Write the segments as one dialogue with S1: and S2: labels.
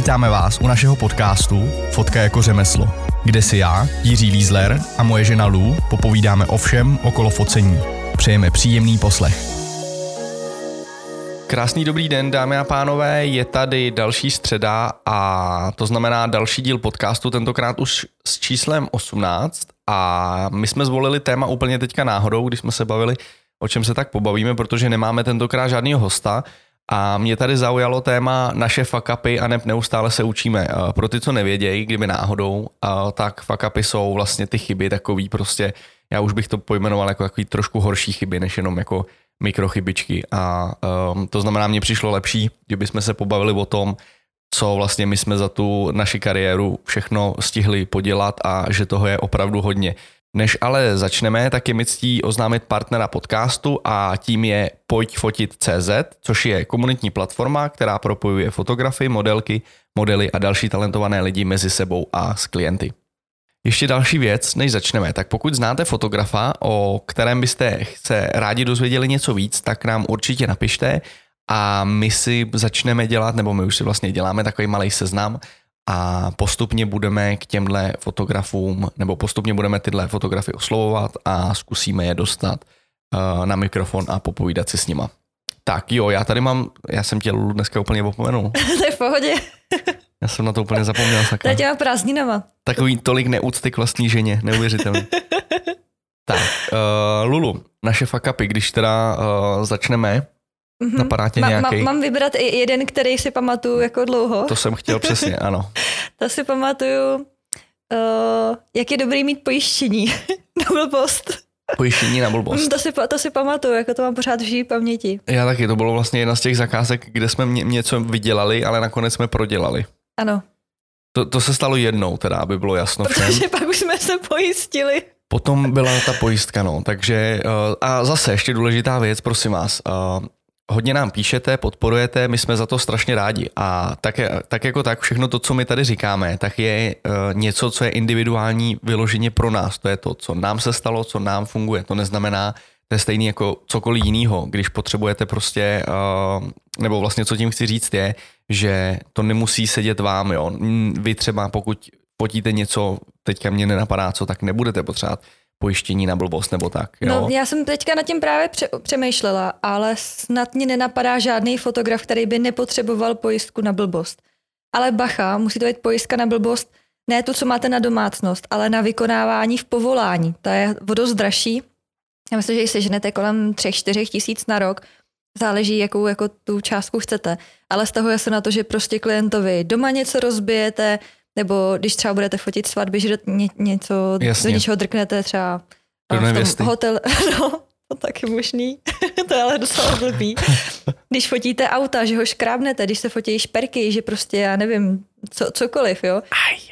S1: Vítáme vás u našeho podcastu Fotka jako řemeslo, kde si já, Jiří Lízler a moje žena Lou popovídáme o všem okolo focení. Přejeme příjemný poslech. Krásný dobrý den, dámy a pánové, je tady další středa a to znamená další díl podcastu, tentokrát už s číslem 18 a my jsme zvolili téma úplně teďka náhodou, když jsme se bavili, o čem se tak pobavíme, protože nemáme tentokrát žádného hosta a mě tady zaujalo téma naše fuck upy a neustále se učíme. Pro ty, co nevědějí, kdyby náhodou, tak fuck upy jsou vlastně ty chyby takový prostě, já už bych to pojmenoval jako takový trošku horší chyby, než jenom jako mikrochybičky a to znamená, mně přišlo lepší, kdyby jsme se pobavili o tom, co vlastně my jsme za tu naši kariéru všechno stihli podělat a že toho je opravdu hodně. Než ale začneme, tak je mi ctí oznámit partnera podcastu a tím je Pojďfotit.cz, což je komunitní platforma, která propojuje fotografy, modelky, modely a další talentované lidi mezi sebou a s klienty. Ještě další věc, než začneme, tak pokud znáte fotografa, o kterém byste se rádi dozvěděli něco víc, tak nám určitě napište a my si začneme dělat, nebo my už si vlastně děláme takový malý seznam a postupně budeme k těmhle fotografům, nebo postupně budeme tyhle fotografy oslovovat a zkusíme je dostat na mikrofon a popovídat si s nima. Tak jo, já jsem tě Lulu dneska úplně opomenul.
S2: To je v pohodě.
S1: Já jsem na to úplně zapomněl.
S2: To je těma prázdninama.
S1: Takový tolik neúcty k vlastní ženě, neuvěřitelný. Tak, Lulu, naše fuck upy, když teda začneme, napadá tě nějaký?
S2: Mám vybrat i jeden, který si pamatuju jako dlouho.
S1: To jsem chtěl přesně, ano.
S2: To si pamatuju, jak je dobrý mít pojištění na blbost.
S1: Pojištění na blbost.
S2: To si pamatuju, jako to mám pořád v živý paměti.
S1: Já taky, to bylo vlastně jedna z těch zakázek, kde jsme něco vydělali, ale nakonec jsme prodělali.
S2: Ano.
S1: To se stalo jednou teda, aby bylo jasno všem.
S2: Protože pak už jsme se pojistili.
S1: Potom byla ta pojistka, no, takže a zase ještě důležitá věc, prosím vás, hodně nám píšete, podporujete, my jsme za to strašně rádi a tak jako tak všechno to, co my tady říkáme, tak je něco, co je individuální vyloženě pro nás, to je to, co nám se stalo, co nám funguje, to neznamená, to je stejný jako cokoliv jinýho, když potřebujete prostě, nebo vlastně co tím chci říct je, že to nemusí sedět vám, jo, vy třeba pokud fotíte něco, teďka mě nenapadá co, tak nebudete potřebovat pojištění na blbost nebo tak. Jo?
S2: No, já jsem teďka nad tím právě přemýšlela, ale snad mě nenapadá žádný fotograf, který by nepotřeboval pojistku na blbost. Ale bacha, musí to být pojistka na blbost, ne tu, co máte na domácnost, ale na vykonávání v povolání. To je o dost dražší. Já myslím, že ji seženete kolem 3-4 tisíc na rok. Záleží, jakou jako tu částku chcete. Ale stahuje se na to, že prostě klientovi doma něco rozbijete, nebo když třeba budete fotit svatby, že něco, do něčeho drknete třeba v tom hotel. No, to taky možný. To je ale docela blbý. Když fotíte auta, že ho škrábnete, když se fotí šperky, že prostě já nevím, cokoliv, jo.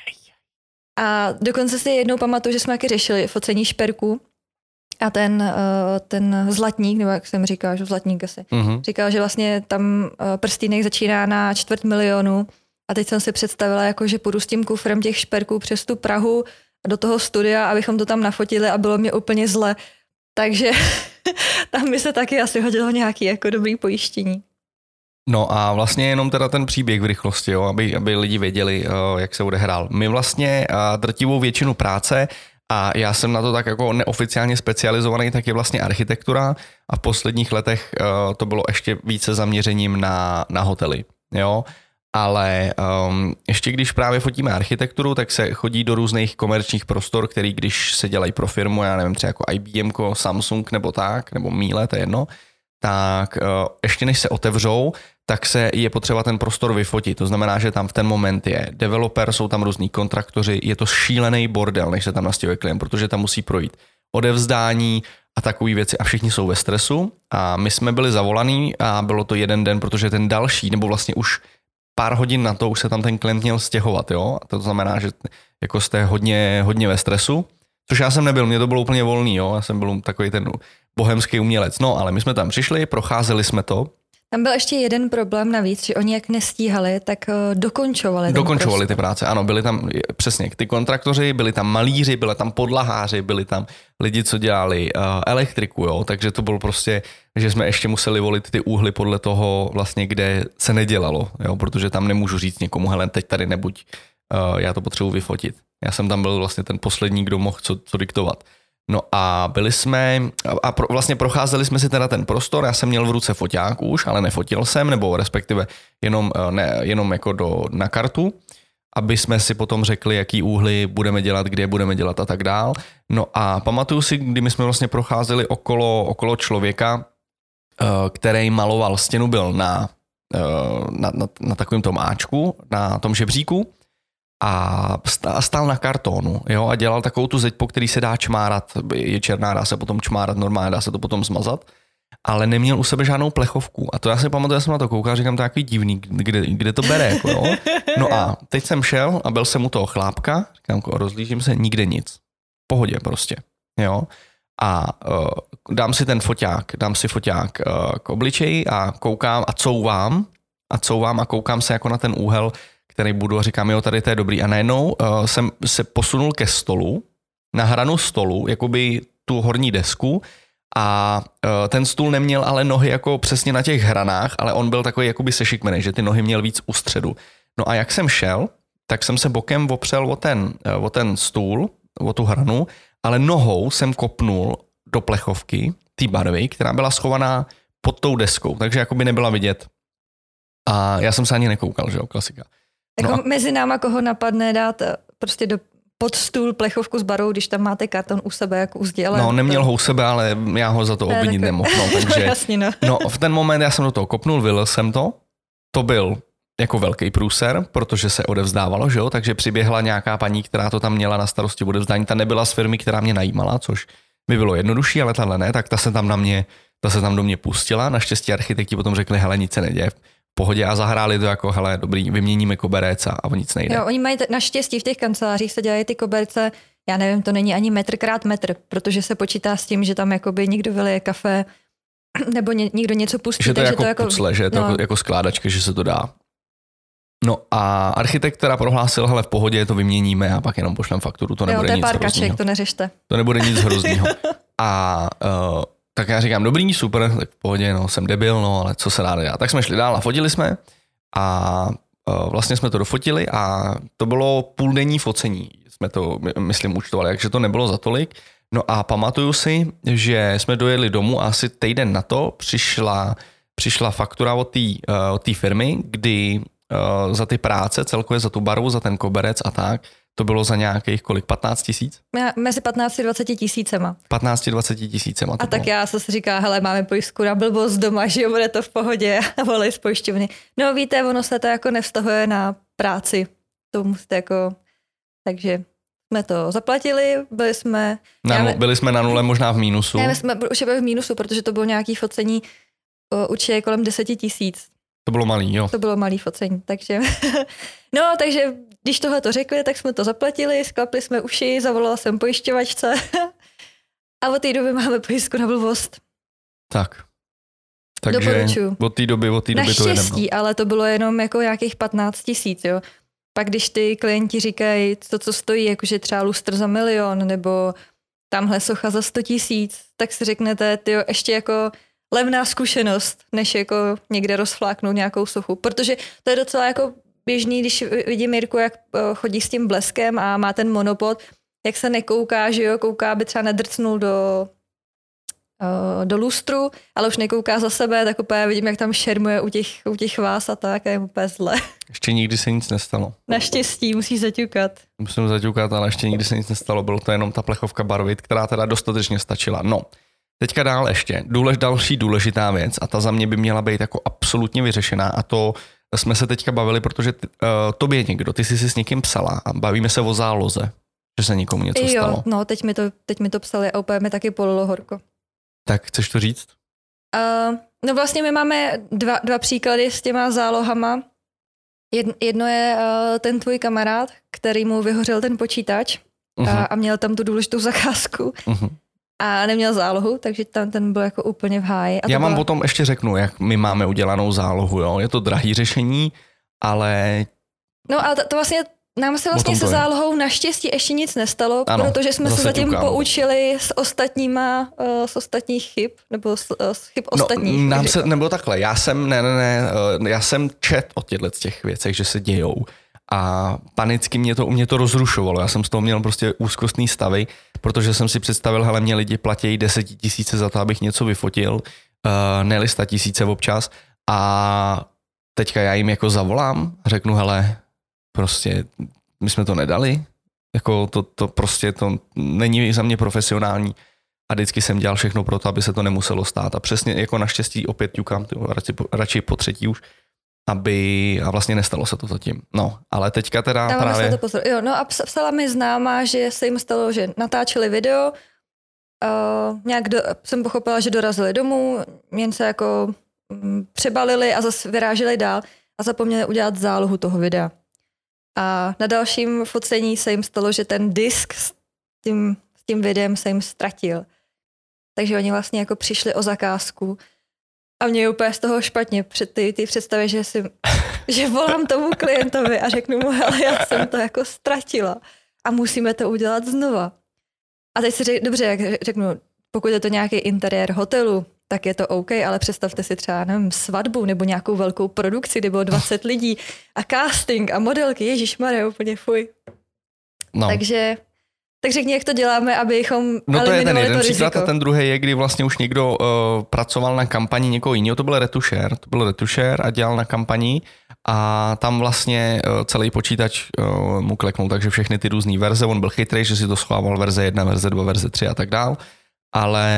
S2: A dokonce si jednou pamatuju, že jsme taky řešili focení šperků a ten zlatník, nebo jak jsem říkal, že zlatník asi, říkal, že vlastně tam prstýnek začíná na 250 000. A teď jsem si představila, jako, že půjdu s tím kufrem těch šperků přes tu Prahu do toho studia, abychom to tam nafotili a bylo mě úplně zle. Takže tam by se taky asi hodilo nějaké jako dobrý pojištění.
S1: No a vlastně jenom teda ten příběh v rychlosti, jo, aby lidi věděli, jak se odehrál. My vlastně drtivou většinu práce a já jsem na to tak jako neoficiálně specializovaný, tak je vlastně architektura a v posledních letech to bylo ještě více zaměřením na hotely, jo. Ale ještě když právě fotíme architekturu, tak se chodí do různých komerčních prostor, který když se dělají pro firmu, já nevím, třeba jako IBM, Samsung nebo tak, nebo Miele, to je jedno, tak ještě než se otevřou, tak se je potřeba ten prostor vyfotit. To znamená, že tam v ten moment je developer, jsou tam různí kontraktoři, je to šílený bordel, než se tam nastěhuje klient, protože tam musí projít odevzdání a takové věci a všichni jsou ve stresu a my jsme byli zavolaný a bylo to jeden den, protože ten další, nebo vlastně už pár hodin na to už se tam ten klient měl stěhovat, jo? A to znamená, že jako jste hodně ve stresu, což já jsem nebyl, mě to bylo úplně volný, jo? Já jsem byl takový ten bohemský umělec. No, ale my jsme tam přišli, procházeli jsme to.
S2: Tam byl ještě jeden problém navíc, že oni jak nestíhali, tak dokončovali
S1: ty práce, ano, byli tam přesně ty kontraktoři, byli tam malíři, byli tam podlaháři, byli tam lidi, co dělali elektriku, jo, takže to bylo prostě, že jsme ještě museli volit ty úhly podle toho vlastně, kde se nedělalo, jo, protože tam nemůžu říct někomu, hele, teď tady nebuď, já to potřebuji vyfotit. Já jsem tam byl vlastně ten poslední, kdo mohl co diktovat. No a byli jsme, vlastně procházeli jsme si teda ten prostor, já jsem měl v ruce foťák už, ale nefotil jsem, nebo respektive jenom jako na kartu, aby jsme si potom řekli, jaký úhly budeme dělat, kde budeme dělat a tak dál. No a pamatuju si, kdy my jsme vlastně procházeli okolo člověka, který maloval stěnu, byl na takovém tom áčku, na tom žebříku, a stál na kartonu, jo, a dělal takovou tu zeď, po který se dá čmárat, je černá, dá se potom čmárat normálně, dá se to potom smazat, ale neměl u sebe žádnou plechovku. A to já si pamatuju, já jsem na to koukal, říkám, to je takový divný, kde to bere, jako jo. No a teď jsem šel a byl jsem u toho chlápka, říkám, rozlížím se, nikde nic. V pohodě prostě, jo. A dám si foťák k obličeji a koukám a couvám a koukám se jako na ten úhel, který budu a říkám, jo, tady to je dobrý. A najednou jsem se posunul ke stolu, na hranu stolu, jakoby tu horní desku, a ten stůl neměl ale nohy jako přesně na těch hranách, ale on byl takový jakoby sešikmený, že ty nohy měl víc u středu. No a jak jsem šel, tak jsem se bokem opřel o ten stůl, o tu hranu, ale nohou jsem kopnul do plechovky té barvy, která byla schovaná pod tou deskou, takže jakoby nebyla vidět. A já jsem se ani nekoukal, že jo, klasika.
S2: Jako mezi náma koho napadne dát prostě pod stůl plechovku s barou, když tam máte karton u sebe, jako u zděle.
S1: No, neměl ho u sebe, ale já ho za to obvinit nemohl. No, takže,
S2: jasně, no.
S1: No, v ten moment já jsem do toho kopnul, vylil jsem to. To byl jako velký průser, protože se odevzdávalo, že jo, takže přiběhla nějaká paní, která to tam měla na starosti odevzdání. Ta nebyla z firmy, která mě najímala, což by bylo jednodušší, ale tahle ne, tak ta se tam do mě pustila. Naštěstí architekti potom řekli, hele, nic se neděje. Pohodě, a zahráli to jako, hele, dobrý, vyměníme koberec a o nic nejde.
S2: Jo, oni mají naštěstí v těch kancelářích se dělají ty koberce, já nevím, to není ani metr krát metr, protože se počítá s tím, že tam jakoby někdo vylije kafe nebo někdo něco pustí.
S1: Že to je jako pucle, že je to jako skládačka, že se to dá. No a architekt teda prohlásil, hele, v pohodě, to vyměníme a pak jenom pošlem fakturu, to nebude nic hroznýho.
S2: Kaček, to neřešte.
S1: To nebude nic hroznýho. A tak já říkám, dobrý, super, tak v pohodě, no, jsem debil, no, ale co se dá dělat. Tak jsme šli dál a fotili jsme a vlastně jsme to dofotili a to bylo půldenní focení. Jsme to, myslím, účtovali, takže to nebylo za tolik. No a pamatuju si, že jsme dojeli domů a asi týden na to přišla faktura od té firmy, kdy za ty práce, celkově za tu barvu, za ten koberec a tak, to bylo za nějakých kolik? 15 000?
S2: Mezi 15 a 20 tisícema.
S1: 15 20 tisícema.
S2: A tak já se říká, hele, máme pojistku na blbost doma, že jo, bude to v pohodě a volej z pojišťovny. No víte, ono se to jako nevztahuje na práci. To musíte jako, takže jsme to zaplatili, byli jsme na nule, možná v mínusu. Ne, my jsme už byli v mínusu, protože to bylo nějaký focení určitě kolem 10 000.
S1: To bylo malý, jo.
S2: To bylo malý focení, takže no, takže když tohle to řekli, tak jsme to zaplatili, sklapli jsme uši, zavolala jsem pojišťovačce a od té doby máme pojistku na blbost.
S1: Tak. Takže
S2: doporučuji.
S1: Od té doby to jedeme.
S2: Naštěstí, ale to bylo jenom jako nějakých 15 000, jo. Pak když ty klienti říkají to, co stojí, jakože třeba lustr za 1 000 000 nebo tamhle socha za 100 000, tak si řeknete, tyjo, ještě jako levná zkušenost, než jako někde rozfláknout nějakou sochu, protože to je docela jako běžný, když vidím Jirku, jak chodí s tím bleskem a má ten monopod, jak se nekouká, že jo, kouká, aby třeba nedrcnul do lustru, ale už nekouká za sebe, tak úplně vidím, jak tam šermuje u těch vás a tak, a je úplně zle.
S1: Ještě nikdy se nic nestalo.
S2: Naštěstí, musíš zaťukat.
S1: Musím zaťukat, ale ještě nikdy se nic nestalo, bylo to jenom ta plechovka barvit, která teda dostatečně stačila. No, teďka dál ještě. Další důležitá věc a ta za mě by měla být jako absolutně vyřešená a to jsme se teďka bavili, protože tobě někdo, ty jsi si s někým psala a bavíme se o záloze, že se někomu něco stalo.
S2: No, teď mi to psali a úplně mi taky polilo horko.
S1: Tak chceš to říct?
S2: No vlastně my máme dva příklady s těma zálohama. Jedno je ten tvůj kamarád, který mu vyhořel ten počítač a měl tam tu důležitou zakázku. a neměl zálohu, takže tam ten byl jako úplně v háji.
S1: Já vám potom ještě řeknu, jak my máme udělanou zálohu, jo. Je to drahý řešení, ale...
S2: No ale to vlastně, nám se vlastně se zálohou naštěstí ještě nic nestalo, ano, protože jsme se zatím poučili z ostatních chyb, nebo z chyb ostatních.
S1: No, nám se, nebo takhle, já jsem čet o těch věcech, že se dějou. A panicky mě to rozrušovalo. Já jsem z toho měl prostě úzkostný stavy, protože jsem si představil, hele, mě lidi platí 10 000 za to, abych něco vyfotil, ne 100 000 občas. A teďka já jim jako zavolám, řeknu, hele, prostě my jsme to nedali, jako to prostě to není za mě profesionální. A vždycky jsem dělal všechno pro to, aby se to nemuselo stát. A přesně jako naštěstí opět ťukám, radši po třetí už, a vlastně nestalo se to zatím. No, ale teďka teda právě...
S2: Jo, no a psala mi známá, že se jim stalo, že natáčeli video, jsem pochopila, že dorazili domů, jen se jako přebalili a zase vyráželi dál a zapomněli udělat zálohu toho videa. A na dalším focení se jim stalo, že ten disk s tím videem se jim ztratil. Takže oni vlastně jako přišli o zakázku. A mě je úplně z toho špatně před ty představy, že volám tomu klientovi a řeknu mu, hele, já jsem to jako ztratila a musíme to udělat znova. A teď si řeknu, pokud je to nějaký interiér hotelu, tak je to OK, ale představte si třeba, nevím, svatbu nebo nějakou velkou produkci, kde bylo 20 lidí a casting a modelky, ježišmarja, úplně fuj.
S1: No.
S2: Takže tak řekni, jak to děláme, abychom
S1: no to je ten jeden příklad
S2: riziko.
S1: A ten druhý je, kdy vlastně už někdo pracoval na kampani někoho jiného, to byl retušér a dělal na kampani a tam vlastně celý počítač mu kleknul, takže všechny ty různý verze, on byl chytrý, že si to schovával verze 1, verze 2, verze 3 a tak dál, ale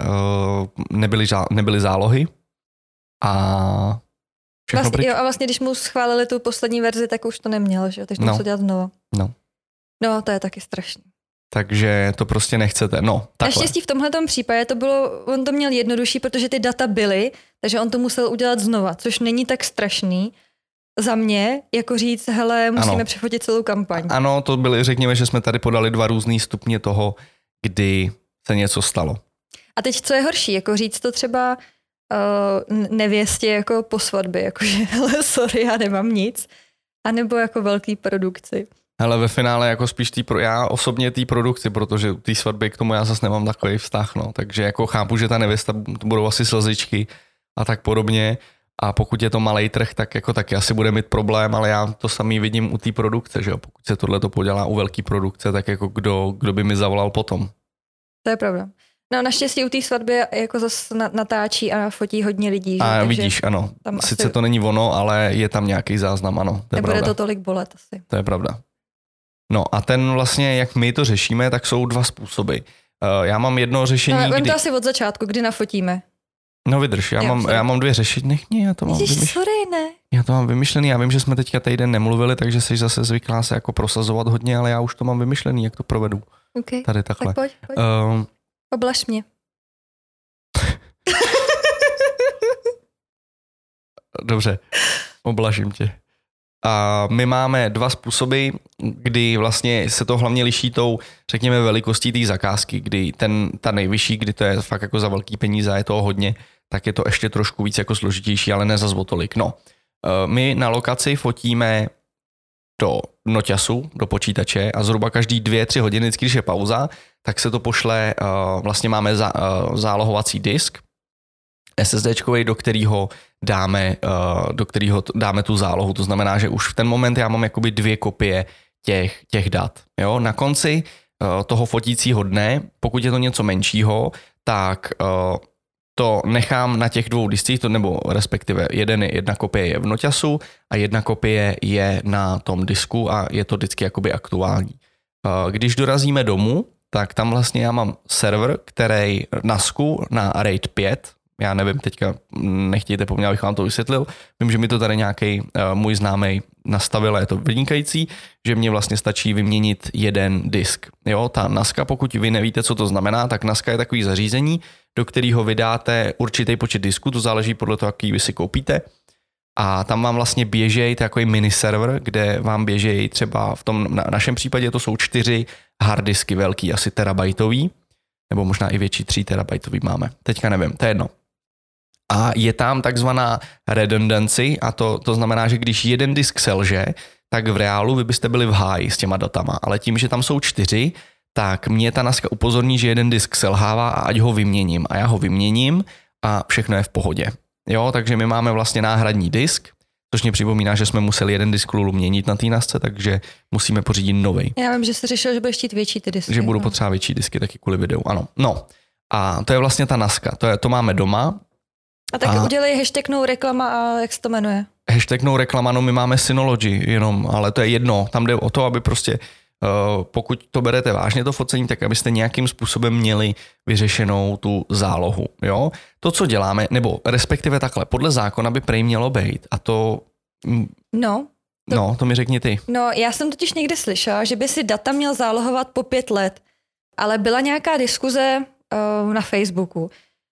S1: nebyly zálohy a všechno pryč.
S2: Jo, a vlastně když mu schválili tu poslední verzi, tak už to neměl, že? Takže to musel dělat znovu. No, to je taky strašný.
S1: Takže to prostě nechcete. No, takhle.
S2: Naštěstí v tomhletom případě on to měl jednodušší, protože ty data byly, takže on to musel udělat znova, což není tak strašný za mě, jako říct, hele, musíme přefotit celou kampaň.
S1: Ano, to byly, řekněme, že jsme tady podali 2 různý stupně toho, kdy se něco stalo.
S2: A teď, co je horší, jako říct to třeba nevěstě jako po svatbě, jakože, hele, sorry, já nemám nic, anebo jako velký produkci.
S1: Hele, ve finále jako spíš já osobně té produkci, protože té svatby k tomu já zase nemám takový vztah, no. Takže jako chápu, že ta nevěsta budou asi slzičky a tak podobně a pokud je to malej trh, tak jako taky asi bude mít problém, ale já to samý vidím u té produkce, že jo. Pokud se tohle to podělá u velké produkce, tak jako kdo by mi zavolal potom.
S2: To je pravda. No naštěstí u té svatby jako zase natáčí a fotí hodně lidí. Že?
S1: A vidíš, ano. Sice to není ono, ale je tam nějaký záznam, ano. To je
S2: nebude
S1: pravda.
S2: To tolik bolet asi.
S1: To je pravda. No a ten vlastně, jak my to řešíme, tak jsou 2 způsoby. Já mám jedno řešení,
S2: no, to asi od začátku, kdy nafotíme.
S1: No vydrž, já mám 2 řešení, nechně, já to mám Já to mám vymyšlený, já vím, že jsme teďka týden nemluvili, takže jsi zase zvyklá se jako prosazovat hodně, ale já už to mám vymyšlený, jak to provedu.
S2: Okay.
S1: Tady takhle.
S2: Tak pojď. Oblaž mě.
S1: Dobře, oblažím tě. A my máme 2 způsoby, kdy vlastně se to hlavně liší tou, řekněme, velikostí té zakázky, kdy ta nejvyšší, kdy to je fakt jako za velký peníze, je toho hodně, tak je to ještě trošku víc jako složitější, ale ne zas o tolik. No, my na lokaci fotíme do noťasu, do počítače a zhruba každý 2-3 hodiny, vždycky, když je pauza, tak se to pošle, vlastně máme zálohovací disk, SSDčkovej, do kterého dáme tu zálohu. To znamená, že už v ten moment já mám jakoby 2 kopie těch dat. Jo? Na konci toho fotícího dne, pokud je to něco menšího, tak to nechám na těch 2 discích, nebo respektive jedna kopie je v noťasu a 1 kopie je na tom disku a je to vždycky jakoby aktuální. Když dorazíme domů, tak tam vlastně já mám server, který NASku na RAID 5, já nevím, teďka nechtějte po mně, abych vám to vysvětlil. Vím, že mi to tady nějaký můj známý nastavil a je to vynikající, že mě vlastně stačí vyměnit 1 disk. Jo, ta NASka, pokud vy nevíte, co to znamená, tak NASka je takový zařízení, do kterého vydáte určitý počet disků, to záleží podle toho, jaký vy si koupíte. A tam vám vlastně běžejí takový mini server, kde vám běžejí třeba v tom našem případě to jsou 4 harddisky velký, asi terabajtový. nebo možná i větší 3 terabajtový máme. Teďka nevím, to je jedno. A je tam takzvaná redundancy a to znamená, že když jeden disk selže, tak v reálu vy byste byli v háji s těma datama, ale tím, že tam jsou 4, tak mě ta NASka upozorní, že jeden disk selhává a ať ho vyměním. A já ho vyměním a všechno je v pohodě. Jo, takže my máme vlastně náhradní disk, což mě připomíná, že jsme museli jeden disk Lulu měnit na té NASce, takže musíme pořídit novej.
S2: Já vím, že jsi řešil, že budeš chtít větší ty disky.
S1: Že budu potřebovat větší disky taky kvůli videu, ano. No a to je vlastně ta NASka, to máme doma.
S2: A tak udělej hashtag no reklama a jak se to jmenuje?
S1: Hashtag no reklama, no my máme Synology jenom, ale to je jedno. Tam jde o to, aby prostě pokud to berete vážně to focení, tak abyste nějakým způsobem měli vyřešenou tu zálohu. Jo? To, co děláme, nebo respektive takhle, podle zákona by prej mělo být a to... To mi řekni ty. No,
S2: já jsem totiž někde slyšela, že by si data měl zálohovat po 5 let, ale byla nějaká diskuze na Facebooku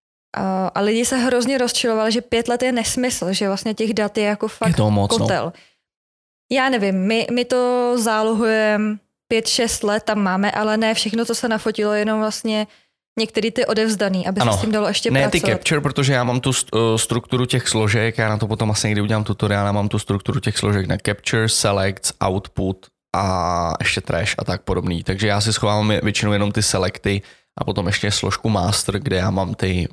S2: a lidi se hrozně rozčilovali, že 5 let je nesmysl, že vlastně těch dat je jako fakt
S1: je to moc,
S2: kotel. No. Já nevím, my to zálohujeme 5-6 let tam máme, ale ne všechno, co se nafotilo, jenom vlastně některý ty odevzdaný, aby se s tím dalo ještě pracovat.
S1: Ne ty capture, protože já mám tu strukturu těch složek, já na to potom asi někdy udělám tutoriál, já mám tu strukturu těch složek na capture, selects, output a ještě trash a tak podobný. Takže já si schovám většinou jenom ty selecty a potom ještě složku master, kde já mám ty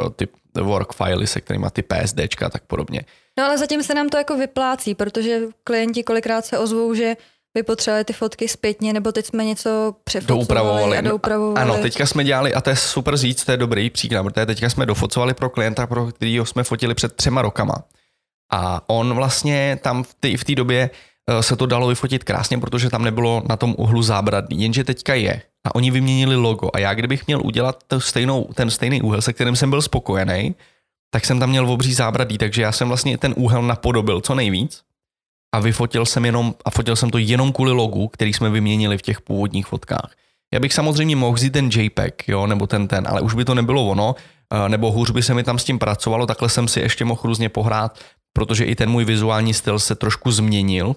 S1: work filey, se kterými ty PSDčka a tak podobně.
S2: No ale zatím se nám to jako vyplácí, protože klienti kolikrát se ozvou, že by potřebovali ty fotky zpětně, nebo teď jsme něco přefocovali a doupravovali.
S1: Ano, teďka jsme dělali, a to je super říct, to je dobrý příklad, protože teďka jsme dofocovali pro klienta, pro kterýho jsme fotili před 3 rokama. A on vlastně tam v té době se to dalo vyfotit krásně, protože tam nebylo na tom uhlu zábradlí, jenže teďka je. A oni vyměnili logo. A já kdybych měl udělat ten stejný úhel, se kterým jsem byl spokojený, tak jsem tam měl obří zábradlí, takže já jsem vlastně ten úhel napodobil co nejvíc. A fotil jsem to jenom kvůli logu, který jsme vyměnili v těch původních fotkách. Já bych samozřejmě mohl vzít ten JPEG, jo, nebo ten, ale už by to nebylo ono, nebo hůř by se mi tam s tím pracovalo, takhle jsem si ještě mohl různě pohrát, protože i ten můj vizuální styl se trošku změnil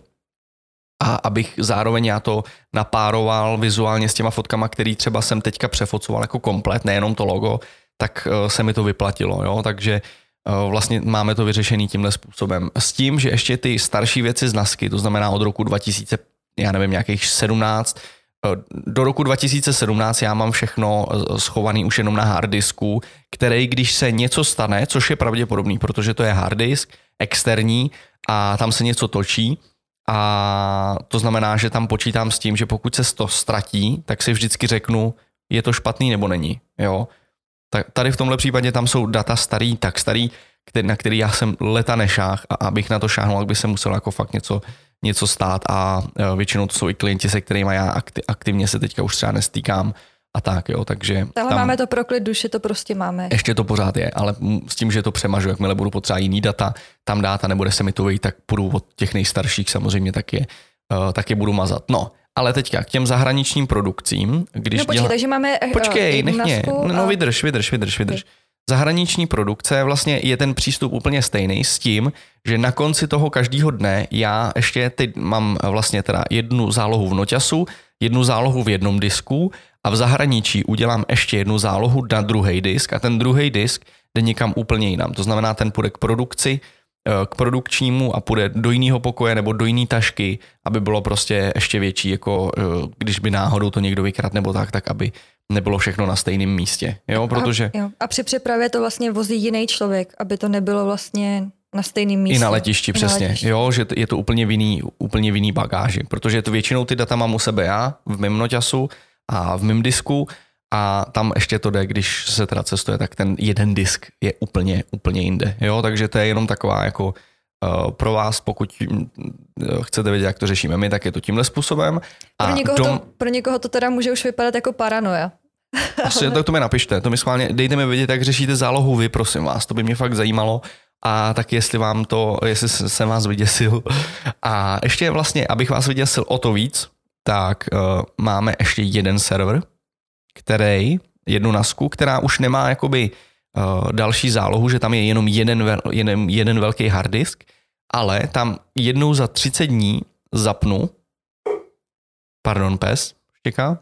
S1: a abych zároveň já to napároval vizuálně s těma fotkama, který třeba jsem teďka přefocoval jako komplet, nejenom to logo, tak se mi to vyplatilo, jo, takže vlastně máme to vyřešený tímhle způsobem. S tím, že ještě ty starší věci z NASky, to znamená od roku 2000, já nevím, nějakých 17, do roku 2017 já mám všechno schovaný už jenom na harddisku, který, když se něco stane, což je pravděpodobný, protože to je harddisk externí a tam se něco točí a to znamená, že tam počítám s tím, že pokud se to ztratí, tak si vždycky řeknu, je to špatný nebo není, jo. Tak tady v tomhle případě tam jsou data tak starý, na který já jsem leta nešáhl a abych na to šáhnul, tak by se muselo jako fakt něco stát a většinou to jsou i klienti, se kterými já aktivně se teďka už třeba nestýkám a tak, jo, takže...
S2: Ale tam máme to pro klid duše, to prostě máme.
S1: Ještě to pořád je, ale s tím, že to přemažu, jakmile budu potřebovat jiný data, tam dát a nebude se mi to vejít, tak půjdu od těch nejstarších samozřejmě tak je budu mazat. No, ale teďka k těm zahraničním produkcím, když
S2: takže máme
S1: Počkej, nech mě. No vydrž. Zahraniční produkce vlastně je ten přístup úplně stejný s tím, že na konci toho každého dne já ještě teď mám vlastně teda jednu zálohu v noťasu, jednu zálohu v jednom disku a v zahraničí udělám ještě jednu zálohu na druhý disk a ten druhý disk jde někam úplně jinam. To znamená, ten půjde k produkci, k produkčnímu a půjde do jiného pokoje nebo do jiné tašky, aby bylo prostě ještě větší, jako když by náhodou to někdo vykradl nebo tak, aby nebylo všechno na stejném místě. Jo, protože...
S2: A při přepravě to vlastně vozí jiný člověk, aby to nebylo vlastně na stejném místě.
S1: I na letišti, přesně. Jo, že je to úplně v jiný bagáži, protože to většinou ty data mám u sebe já, v mém noťasu a v mém disku a tam ještě to jde, když se teda cestuje, tak ten jeden disk je úplně jinde. Jo, takže to je jenom taková jako pro vás, pokud chcete vědět, jak to řešíme my, tak je to tímhle způsobem. A
S2: pro někoho to teda může už vypadat jako paranoja.
S1: Asi, tak to mi napište, to mi schválně, dejte mi vědět, jak řešíte zálohu vy, prosím vás, to by mě fakt zajímalo a tak jestli jsem vás vyděsil. A ještě vlastně, abych vás vyděsil o to víc, tak máme ještě jeden server, jednu NASku, která už nemá jakoby další zálohu, že tam je jenom jeden velký harddisk, ale tam jednou za 30 dní zapnu, pardon pes, štěká,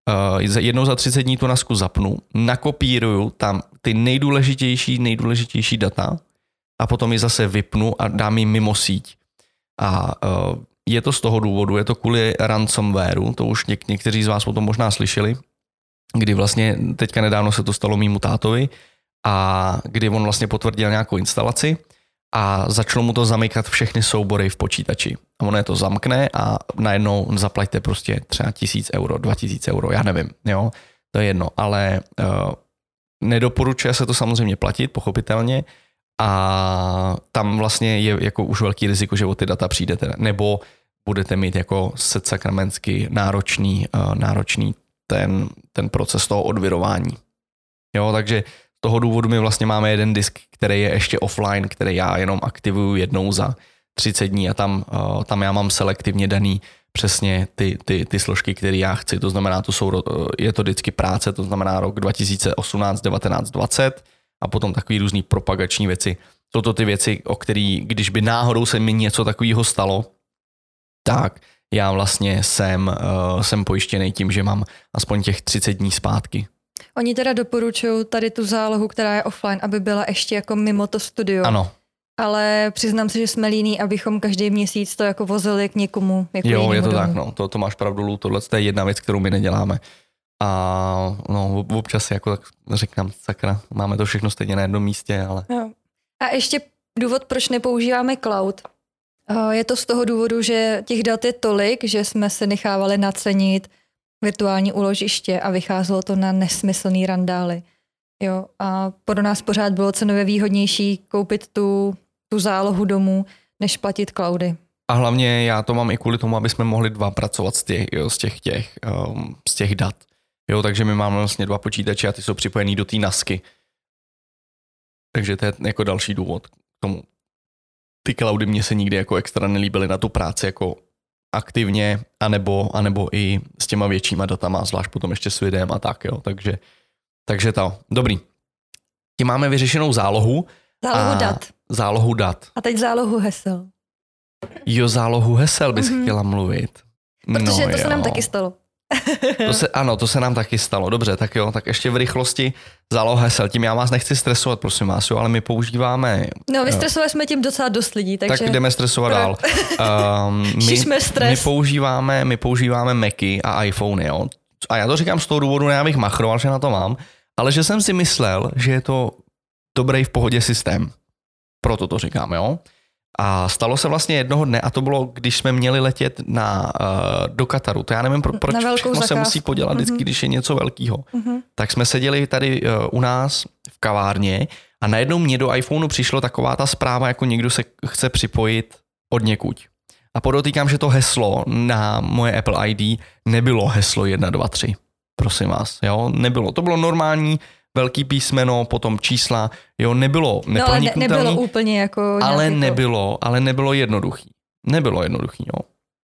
S1: jednou za 30 dní tu NASku zapnu, nakopíruju tam ty nejdůležitější data a potom ji zase vypnu a dám ji mimo síť. A je to z toho důvodu, je to kvůli ransomwareu, to už někteří z vás o tom možná slyšeli, kdy vlastně teďka nedávno se to stalo mému tátovi a kdy on vlastně potvrdil nějakou instalaci a začalo mu to zamykat všechny soubory v počítači. A ono je to zamkne a najednou zaplaťte prostě třeba 1000 euro, 2000 euro, já nevím, jo, to je jedno, ale nedoporučuje se to samozřejmě platit, pochopitelně, a tam vlastně je jako už velký riziko, že o ty data přijdete, nebo budete mít jako sakramentsky náročný ten proces toho odvirování. Jo, takže z toho důvodu my vlastně máme jeden disk, který je ještě offline, který já jenom aktivuju jednou za 30 dní a tam já mám selektivně daný přesně ty složky, které já chci. To znamená, je to vždycky práce, to znamená rok 2018, 19, 20 a potom takový různý propagační věci. Jsou to ty věci, o který, když by náhodou se mi něco takového stalo, tak já vlastně jsem pojištěný tím, že mám aspoň těch 30 dní zpátky.
S2: Oni teda doporučují tady tu zálohu, která je offline, aby byla ještě jako mimo to studio.
S1: Ano.
S2: Ale přiznám se, že jsme líní, abychom každý měsíc to jako vozili k někomu. Jako
S1: jo, je to
S2: domu.
S1: tak, no. To máš pravdu, tohle je jedna věc, kterou my neděláme. A no, občas si jako tak řeknám, sakra, máme to všechno stejně na jednom místě, ale...
S2: Jo. A ještě důvod, proč nepoužíváme cloud. Je to z toho důvodu, že těch dat je tolik, že jsme se nechávali nacenit virtuální úložiště a vycházelo to na nesmyslný randály. Jo, a pro nás pořád bylo cenově výhodnější koupit tu zálohu domů, než platit cloudy.
S1: A hlavně já to mám i kvůli tomu, aby jsme mohli dva pracovat z těch dat. Jo, takže my máme vlastně 2 počítače a ty jsou připojený do té NASky. Takže to je jako další důvod k tomu. Ty cloudy mě se nikdy jako extra nelíbily na tu práci jako aktivně, anebo i s těma většíma datama, zvlášť potom ještě s videem a tak, jo. Takže to. Dobrý. Tím máme vyřešenou zálohu. Zálohu dat.
S2: A teď zálohu hesel.
S1: Jo, zálohu hesel bys chtěla mluvit.
S2: Protože to se nám taky stalo.
S1: To se nám taky stalo. Dobře, tak jo, tak ještě v rychlosti záloha hesel. Tím já vás nechci stresovat, prosím vás, jo, ale my používáme...
S2: No, vystresovali jsme tím docela dost lidí, takže...
S1: Tak jdeme stresovat dál. My používáme Macy a iPhone, jo. A já to říkám z toho důvodu, ne abych machroval, že na to mám, ale že jsem si myslel, že je to dobrý v pohodě systém. Proto to říkám, jo. A stalo se vlastně jednoho dne, a to bylo, když jsme měli letět do Kataru. To já nevím, proč všechno se musí podělat vždycky, když je něco velkého. Tak jsme seděli tady u nás v kavárně a najednou mě do iPhoneu přišlo taková ta zpráva, jako někdo se chce připojit od někud. A podotýkám, že to heslo na moje Apple ID nebylo heslo 1, 2, 3. Prosím vás, jo, nebylo. To bylo normální velký písmeno, potom čísla, jo, nebylo neproniknutelný.
S2: Nebylo úplně jako...
S1: Ale nebylo jednoduchý. Nebylo jednoduchý, jo.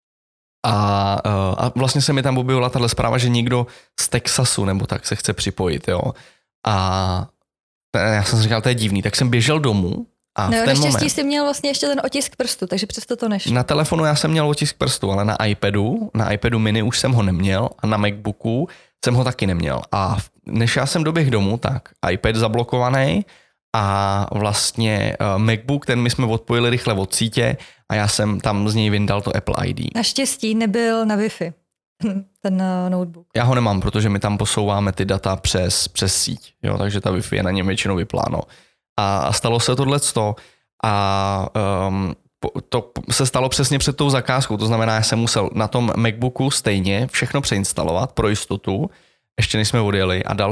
S1: A vlastně se mi tam objevila tahle zpráva, že někdo z Texasu nebo tak se chce připojit, jo. A já jsem si říkal, to je divný, tak jsem běžel domů a v ten moment...
S2: Naštěstí jsi měl vlastně ještě ten otisk prstu, takže přesto to nešlo.
S1: Na telefonu já jsem měl otisk prstu, ale na iPadu mini už jsem ho neměl a na MacBooku jsem ho taky neměl. A než já jsem doběhl domů, tak iPad zablokovaný a vlastně MacBook, ten my jsme odpojili rychle od sítě a já jsem tam z něj vyndal to Apple ID.
S2: Naštěstí nebyl na Wi-Fi ten notebook.
S1: Já ho nemám, protože my tam posouváme ty data přes síť, jo, takže ta Wi-Fi je na něm většinou vypláno. A stalo se tohleto a to se stalo přesně před tou zakázkou, to znamená, já jsem musel na tom MacBooku stejně všechno přeinstalovat pro jistotu, ještě než jsme odjeli a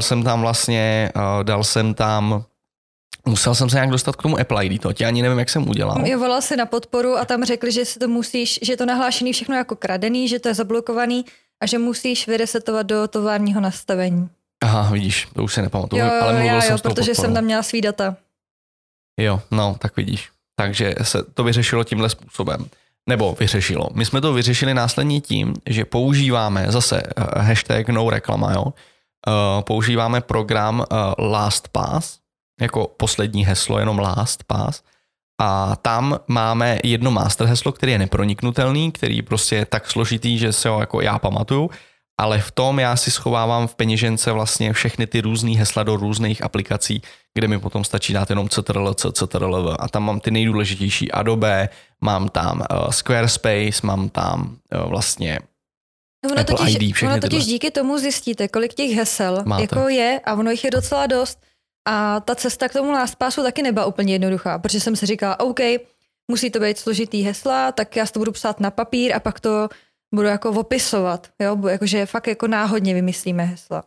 S1: musel jsem se nějak dostat k tomu Apple ID, to ani nevím, jak jsem udělal.
S2: Jo, volal si na podporu a tam řekli, že si to musíš, že je to nahlášený všechno jako kradený, že to je zablokovaný a že musíš vyresetovat do továrního nastavení.
S1: Aha, vidíš, to už si nepamatuju, ale mluvil jsem s tou
S2: protože
S1: podporou.
S2: Jsem tam měla svý data.
S1: Jo, no, tak vidíš. Takže se to vyřešilo tímhle způsobem. Nebo vyřešilo. My jsme to vyřešili následně tím, že používáme zase hashtag no reklama, jo. Používáme program LastPass, jako poslední heslo, jenom LastPass. A tam máme jedno master heslo, který je neproniknutelný, který prostě je tak složitý, že se ho jako já pamatuju. ale v tom já si schovávám v peněžence vlastně všechny ty různý hesla do různých aplikací, kde mi potom stačí dát jenom CTRL a tam mám ty nejdůležitější Adobe, mám tam Squarespace, mám tam vlastně Apple ID, všechny
S2: ono totiž díky tomu zjistíte, kolik těch hesel jako je a ono jich je docela dost. A ta cesta k tomu LastPassu taky nebyla úplně jednoduchá, protože jsem si říkala, OK, musí to být složitý hesla, tak já si to budu psát na papír a pak to budu jako opisovat, jo, jakože fakt jako náhodně vymyslíme hesla.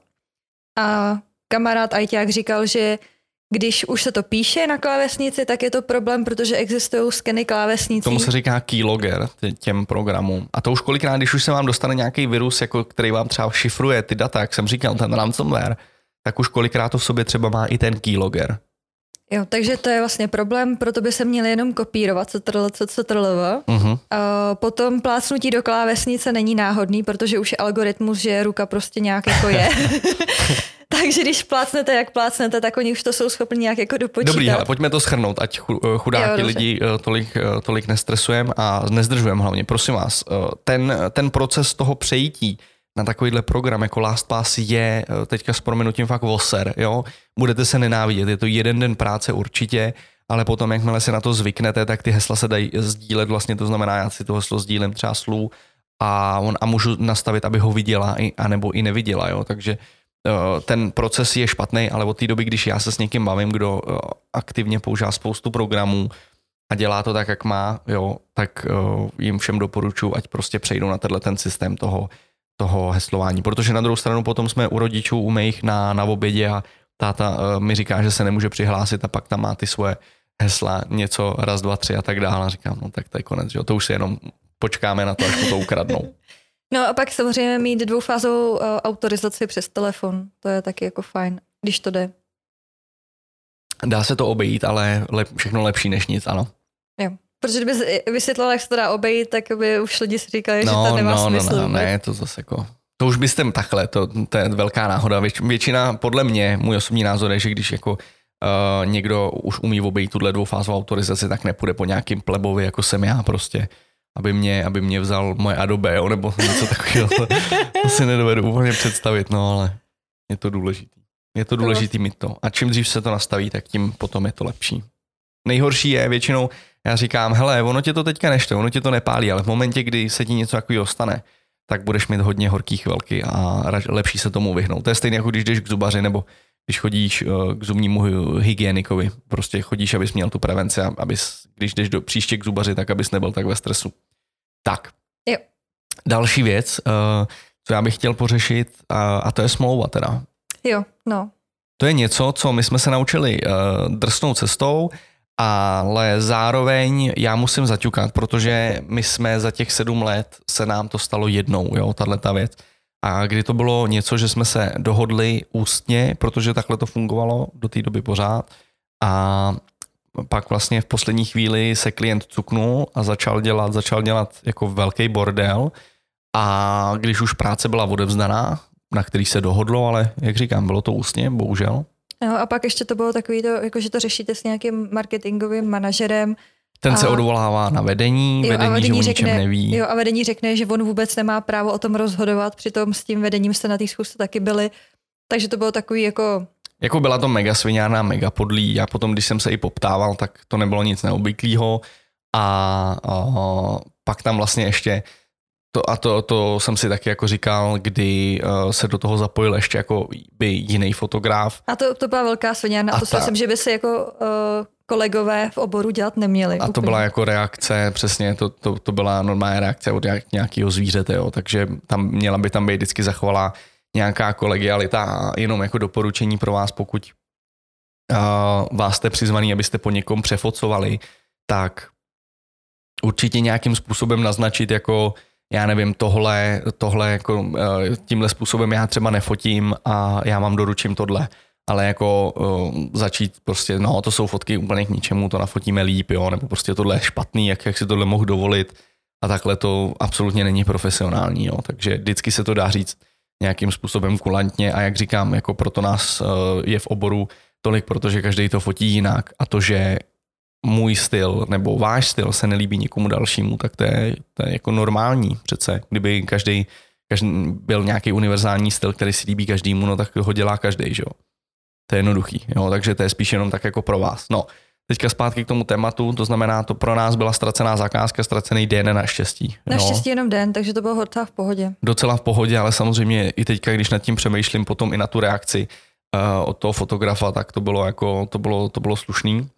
S2: A kamarád ajťák říkal, že když už se to píše na klávesnici, tak je to problém, protože existují skeny klávesnicí.
S1: Tomu se říká keylogger těm programům. A to už kolikrát, když už se vám dostane nějaký virus, jako který vám třeba šifruje ty data, jak jsem říkal, ten ransomware, tak už kolikrát to v sobě třeba má i ten keylogger.
S2: Jo, takže to je vlastně problém, proto by se měli jenom kopírovat CTRL. Potom plácnutí do klávesnice není náhodný, protože už je algoritmus, že ruka prostě nějak jako je. Takže když plácnete, jak plácnete, tak oni už to jsou schopni nějak jako dopočítat.
S1: Dobrý, ale pojďme to shrnout, ať chudáky lidi tolik nestresujeme a nezdržujeme hlavně. Prosím vás, ten proces toho přejítí na takovýhle program jako LastPass je teďka s prominutím fakt voser, jo? Budete se nenávidět, je to jeden den práce určitě, ale potom, jakmile se na to zvyknete, tak ty hesla se dají sdílet, vlastně to znamená, já si to heslo sdílím třeba Slu a můžu nastavit, aby ho viděla anebo i neviděla, jo? Takže ten proces je špatný, ale od té doby, když já se s někým bavím, kdo aktivně používá spoustu programů a dělá to tak, jak má, jo, tak jim všem doporučuji, ať prostě přejdou na ten systém toho heslování, protože na druhou stranu potom jsme u rodičů u mých na obědě a táta mi říká, že se nemůže přihlásit a pak tam má ty svoje hesla, něco 1, 2, 3 a tak dále a říkám, no tak to je konec, že jo, to už si jenom počkáme na to, až mu to ukradnou.
S2: No a pak samozřejmě mít dvoufázovou autorizaci přes telefon, to je taky jako fajn, když to jde.
S1: Dá se to obejít, ale všechno lepší než nic, ano.
S2: Jo. Protože kdyby vysvětlila, jak se to dá obejít, tak by už lidi si říkali, že to nemá smysl.
S1: No, ne, to zase jako... To už byste takhle, to je velká náhoda. Většina, podle mě, můj osobní názor je, že když jako někdo už umí obejít tuhle dvoufázovou autorizaci, tak nepůjde po nějakým plebovi, jako jsem já prostě, aby mě vzal moje Adobe, jo, nebo něco takového. To si nedovedu úplně představit, no ale je to důležitý. Je to důležitý mít to. A čím dřív se to nastaví, tak tím potom je to lepší. Nejhorší je většinou, já říkám, hele, ono tě to teďka neštve, ono tě to nepálí, ale v momentě, kdy se ti něco takového stane, tak budeš mít hodně horký chvilky a lepší se tomu vyhnout. To je stejné, jako když jdeš k zubaři nebo když chodíš k zubnímu hygienikovi. Prostě chodíš, abys měl tu prevenci a když jdeš příště k zubaři, tak abys nebyl tak ve stresu. Tak.
S2: Jo.
S1: Další věc, co já bych chtěl pořešit, a to je smlouva teda.
S2: Jo, no.
S1: To je něco, co my jsme se naučili drsnou cestou, ale zároveň já musím zaťukat, protože my jsme za těch 7 let se nám to stalo jednou, jo, tato věc. A kdy to bylo něco, že jsme se dohodli ústně, protože takhle to fungovalo do té doby pořád a pak vlastně v poslední chvíli se klient cuknul a začal dělat jako velký bordel a když už práce byla odevzdaná, na který se dohodlo, ale jak říkám, bylo to ústně, bohužel.
S2: No a pak ještě to bylo takový to, jako že to řešíte s nějakým marketingovým manažerem.
S1: Ten se odvolává na vedení, že o ničem neví.
S2: Jo, a vedení řekne, že on vůbec nemá právo o tom rozhodovat, přitom s tím vedením jste na té schůzce taky byli. Takže to bylo takový jako...
S1: Jako byla to mega sviňárna, mega podlý a potom, když jsem se i poptával, tak to nebylo nic neobvyklého a pak tam vlastně ještě to jsem si taky jako říkal, kdy se do toho zapojil ještě jako by jiný fotograf.
S2: A to byla velká sviňárna a to si myslím, že by si jako kolegové v oboru dělat neměli.
S1: A to byla jako reakce, přesně, to byla normální reakce od nějakého zvířete, jo, takže měla by tam být vždycky zachovalá nějaká kolegialita a jenom jako doporučení pro vás, pokud vás jste přizvaný, abyste po někom přefocovali, tak určitě nějakým způsobem naznačit jako já nevím, tohle jako tímhle způsobem já třeba nefotím a já vám doručím tohle, ale jako začít prostě, no to jsou fotky úplně k ničemu, to nafotíme líp, jo, nebo prostě tohle je špatný, jak si tohle mohl dovolit a takhle to absolutně není profesionální, jo, takže vždycky se to dá říct nějakým způsobem kulantně a jak říkám, jako proto nás je v oboru tolik, protože každý to fotí jinak a to, že můj styl nebo váš styl se nelíbí nikomu dalšímu, tak to je jako normální přece. Kdyby každý byl nějaký univerzální styl, který si líbí každému, no tak ho dělá každý, že jo. To je jednoduchý, jo, takže to je spíš jenom tak jako pro vás. No, teďka zpátky k tomu tématu, to znamená, to pro nás byla ztracená zakázka, ztracený den naštěstí.
S2: Naštěstí jenom den, takže to bylo docela v pohodě.
S1: Docela v pohodě, ale samozřejmě i teďka, když nad tím přemýšlím potom i na tu reakci od toho fotografa, tak to bylo slušný.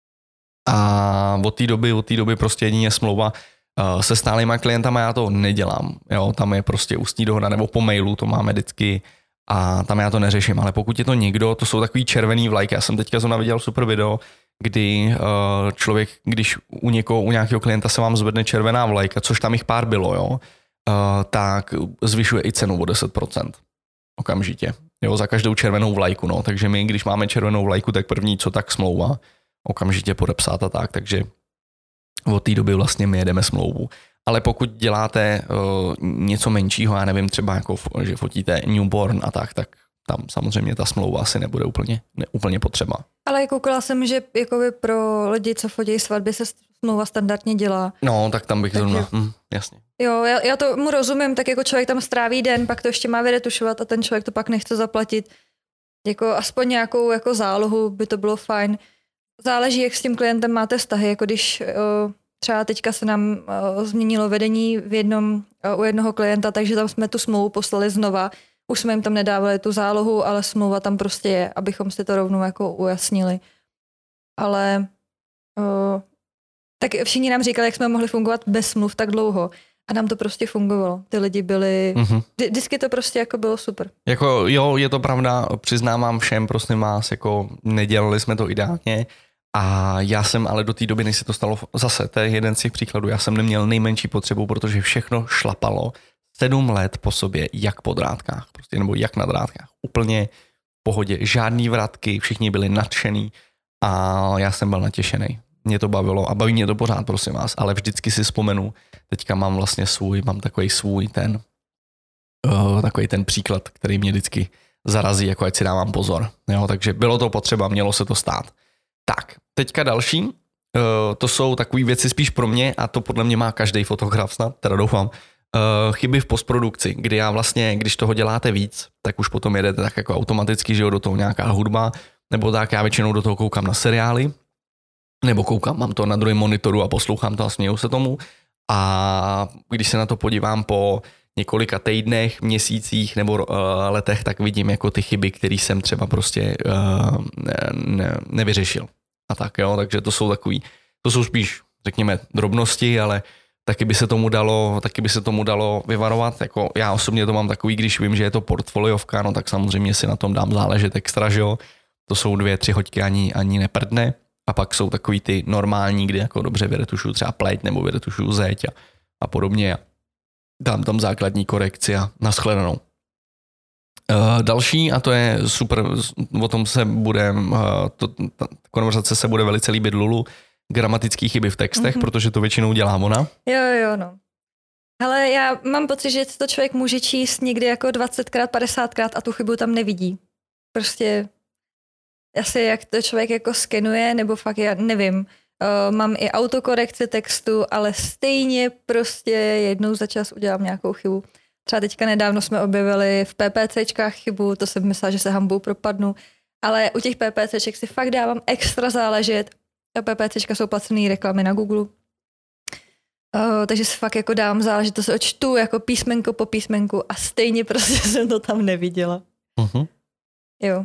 S1: A od té doby prostě jedině smlouva se stálýma klientama, já to nedělám. Jo, tam je prostě ústní dohoda nebo po mailu, to máme vždycky a tam já to neřeším, ale pokud je to někdo, to jsou takový červený vlajky. Já jsem teďka zrovna viděl super video, kdy člověk, když u nějakého klienta se vám zvedne červená vlajka, což tam jich pár bylo, jo, tak zvyšuje i cenu o 10%. Okamžitě. Jo, za každou červenou vlajku, no. Takže my, když máme červenou vlajku, tak první, co tak smlouva, okamžitě podepsat a tak, takže od té doby vlastně my jedeme smlouvu. Ale pokud děláte něco menšího, já nevím, třeba jako, že fotíte newborn a tak tam samozřejmě ta smlouva asi nebude úplně potřeba.
S2: Ale koukala jsem, že jakoby pro lidi, co fotí svatby, se smlouva standardně dělá.
S1: No, tak tam bych zrovna, jasně.
S2: Jo, já tomu rozumím, tak jako člověk tam stráví den, pak to ještě má vyretušovat a ten člověk to pak nechce zaplatit. Jako aspoň nějakou jako zálohu by to bylo fajn. Záleží, jak s tím klientem máte vztahy, jako když třeba teďka se nám změnilo vedení u jednoho klienta, takže tam jsme tu smlouvu poslali znova. Už jsme jim tam nedávali tu zálohu, ale smlouva tam prostě je, abychom si to rovnou jako ujasnili. Ale tak všichni nám říkali, jak jsme mohli fungovat bez smluv tak dlouho. A nám to prostě fungovalo. Ty lidi byli, vždycky to prostě jako bylo super.
S1: Jako jo, je to pravda, přiznávám všem, prosím vás, jako nedělali jsme to ideálně. A já jsem ale do té doby, než se to stalo, zase, to je jeden z těch příkladů, já jsem neměl nejmenší potřebu, protože všechno šlapalo 7 let po sobě, jak po drátkách, prostě, nebo jak na drátkách. Úplně v pohodě, žádný vratky, všichni byli nadšený a já jsem byl natěšený. Mě to bavilo a baví mě to pořád, prosím vás, ale vždycky si vzpomenu, teďka mám vlastně mám takový ten příklad, který mě vždycky zarazí, jako ať si dávám pozor. Jo, takže bylo to potřeba, mělo se to stát. Tak, teďka další, to jsou takové věci spíš pro mě a to podle mě má každý fotograf snad, teda doufám, chyby v postprodukci, kdy já vlastně, když toho děláte víc, tak už potom jedete tak jako automaticky, že jo, do toho nějaká hudba, nebo tak já většinou do toho koukám na seriály, nebo koukám, mám to na druhém monitoru a poslouchám to a směju se tomu a když se na to podívám po několika týdnech, měsících nebo letech, tak vidím jako ty chyby, které jsem třeba prostě nevyřešil. A tak jo, takže to jsou spíš, řekněme, drobnosti, ale taky by se tomu dalo vyvarovat. Jako já osobně to mám takový, když vím, že je to portfoliovka, no tak samozřejmě si na tom dám záležet extra, že jo. To jsou 2-3 hoďky ani neprdne. A pak jsou takový ty normální, kdy jako dobře vyretušuju třeba pleť nebo vyretušuju zeď a podobně. A dám tam základní korekci a nashledanou. Další, a to je super, o tom ta konverzace se bude velice líbit Lulu, gramatické chyby v textech, protože to většinou dělá ona.
S2: Jo, no. Hele, já mám pocit, že to člověk může číst někdy jako 20krát, 50krát a tu chybu tam nevidí. Prostě asi jak to člověk jako skenuje, nebo fakt já nevím. Mám i autokorekci textu, ale stejně prostě jednou za čas udělám nějakou chybu. Třeba teďka nedávno jsme objevili v PPCčkách chybu, to jsem myslela, že se hambou propadnu, ale u těch PPCček si fakt dávám extra záležet. PPCčka jsou placené reklamy na Google. Takže si fakt jako dávám záležet, to se očtu jako písmenko po písmenku a stejně prostě jsem to tam neviděla. Jo.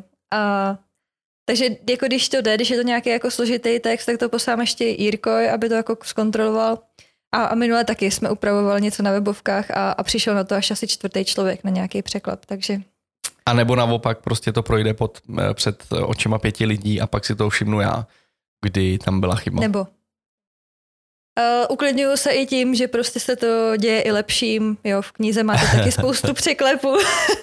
S2: Takže jako když to jde, když je to nějaký jako složitý text, tak to poslám ještě Jirkoj, aby to jako zkontroloval. A minule taky jsme upravovali něco na webovkách a přišel na to až asi 4. člověk na nějaký překlep, takže...
S1: A nebo naopak prostě to projde před očima 5 lidí a pak si to všimnu já, kdy tam byla chyba.
S2: Nebo. Uklidňuju se i tím, že prostě se to děje i lepším. Jo, v knize máte taky spoustu překlepů.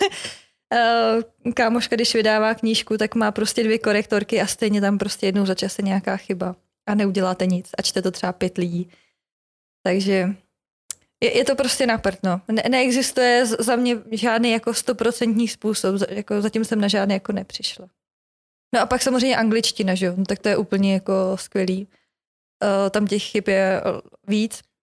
S2: Kámoška, když vydává knížku, tak má prostě 2 korektorky a stejně tam prostě jednou za čas je nějaká chyba. A neuděláte nic a čte to třeba 5 lidí. Takže je to prostě na prd, no. Neexistuje za mě žádný jako 100% způsob, jako zatím jsem na žádný jako nepřišla. No a pak samozřejmě angličtina, že jo, no, tak to je úplně jako skvělý. Tam těch chyb je víc.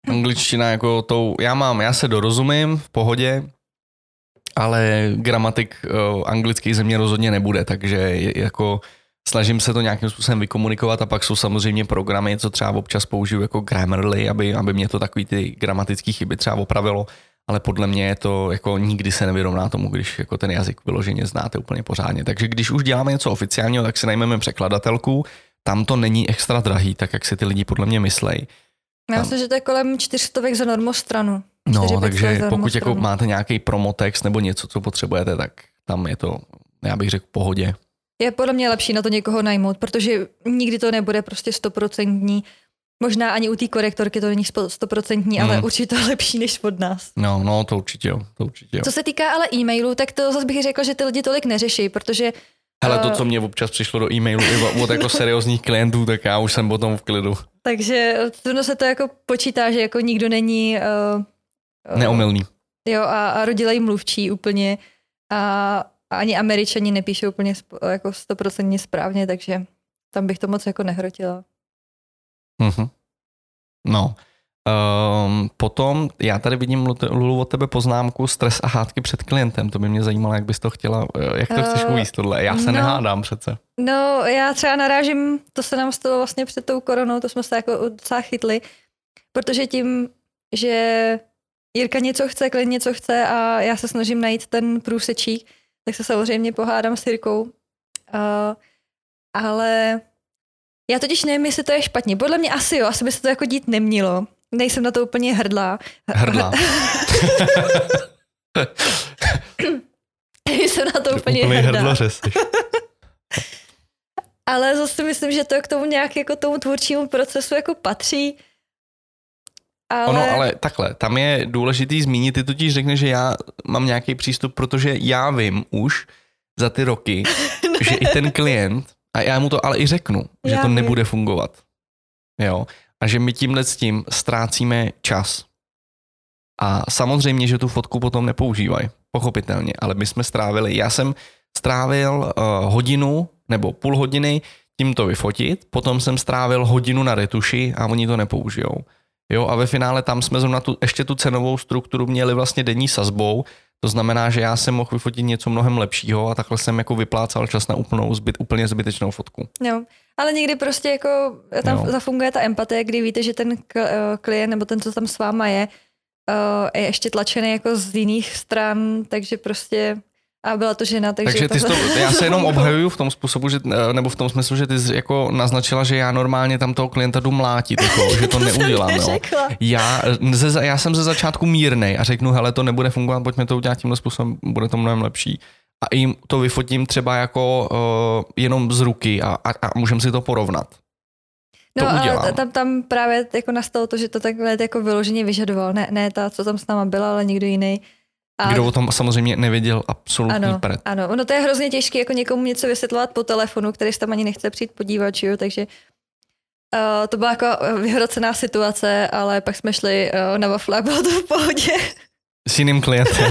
S1: Angličtina jako já se dorozumím v pohodě, ale gramatik anglický ze mě rozhodně nebude, takže jako snažím se to nějakým způsobem vykomunikovat a pak jsou samozřejmě programy, co třeba občas použiju jako Grammarly, aby mě to takový ty gramatické chyby třeba opravilo, ale podle mě je to jako nikdy se nevyrovná tomu, když jako ten jazyk vyloženě znáte úplně pořádně. Takže když už děláme něco oficiálního, tak si najmeme překladatelku, tam to není extra drahý, tak jak si ty lidi podle mě myslejí.
S2: Já myslím, že to je kolem 400 za normostranu.
S1: No, takže pokud jako máte nějaký promotext nebo něco, co potřebujete, tak tam je to, já bych řekl, v pohodě.
S2: Je podle mě lepší na to někoho najmout, protože nikdy to nebude prostě 100%. Možná ani u té korektorky to není 100%, ale určitě to lepší než od nás.
S1: No, to určitě jo.
S2: Co se týká ale e-mailu, tak to zase bych řekla, že ty lidi tolik neřeší, protože...
S1: Hele, to, co mě občas přišlo do e-mailu od jako seriózních klientů, tak já už jsem potom v klidu.
S2: Takže se to jako počítá, že jako nikdo není...
S1: neomylný.
S2: Jo, a rodilej mluvčí úplně a ani Američani nepíšou úplně jako 100% správně, takže tam bych to moc jako nehrotila.
S1: Mhm. No. Potom já tady vidím, Lulu, od tebe poznámku stres a hádky před klientem. To by mě zajímalo, jak bys to chtěla, jak to chceš uvíct tohle. Já se nehádám přece.
S2: No, já třeba narážím, to se nám stalo vlastně před tou koronou, to jsme se jako docela chytli, protože tím, že Jirka něco chce, klient něco chce a já se snažím najít ten průsečík, tak se samozřejmě pohádám s Jirkou. Ale já totiž nevím, jestli to je špatně. Podle mě asi jo, asi by se to jako dít nemělo. Nejsem na to úplně hrdlá. Jsem na to úplně hrdá. Ale zase myslím, že to k tomu nějak jako tomu tvůrčímu procesu jako patří.
S1: Ale takhle, tam je důležitý zmínit, ty totiž řekneš, že já mám nějaký přístup, protože já vím už za ty roky, že i ten klient, a já mu to ale i řeknu, že to nebude fungovat. Jo? A že my tímhle s tím ztrácíme čas. A samozřejmě, že tu fotku potom nepoužívají, pochopitelně, ale my jsme já jsem strávil hodinu nebo půl hodiny tím to vyfotit, potom jsem strávil hodinu na retuši a oni to nepoužijou. Jo, a ve finále tam jsme zrovna ještě tu cenovou strukturu měli vlastně denní sazbou, to znamená, že já jsem mohl vyfotit něco mnohem lepšího a takhle jsem jako vyplácal čas na úplně zbytečnou fotku.
S2: Jo, ale někdy prostě jako tam zafunguje ta empatie, kdy víte, že ten klient nebo ten, co tam s váma je ještě tlačený jako z jiných stran, takže prostě a byla to žena, takže
S1: já se jenom obhajuju v tom způsobu, že, nebo v tom smyslu, že ty jsi jako naznačila, že já normálně tam toho klienta jdu mlátit, jako, že to neudělám. Jo. Já jsem ze začátku mírnej a řeknu, hele, to nebude fungovat, pojďme to udělat tímhle způsobem, bude to mnohem lepší. A jim to vyfotím třeba jako jenom z ruky a můžeme si to porovnat.
S2: No ale tam právě jako nastalo to, že to takhle jako vyloženě vyžadoval. Ne ta, co tam s náma byla, ale někdo jiný.
S1: Kdo o tom samozřejmě nevěděl absolutní pret.
S2: Ano, ono to je hrozně těžké jako někomu něco vysvětlovat po telefonu, který se tam ani nechce přijít podívat, jo, takže to byla jako vyhrocená situace, ale pak jsme šli na wafle a bylo to v pohodě.
S1: S jiným klientem.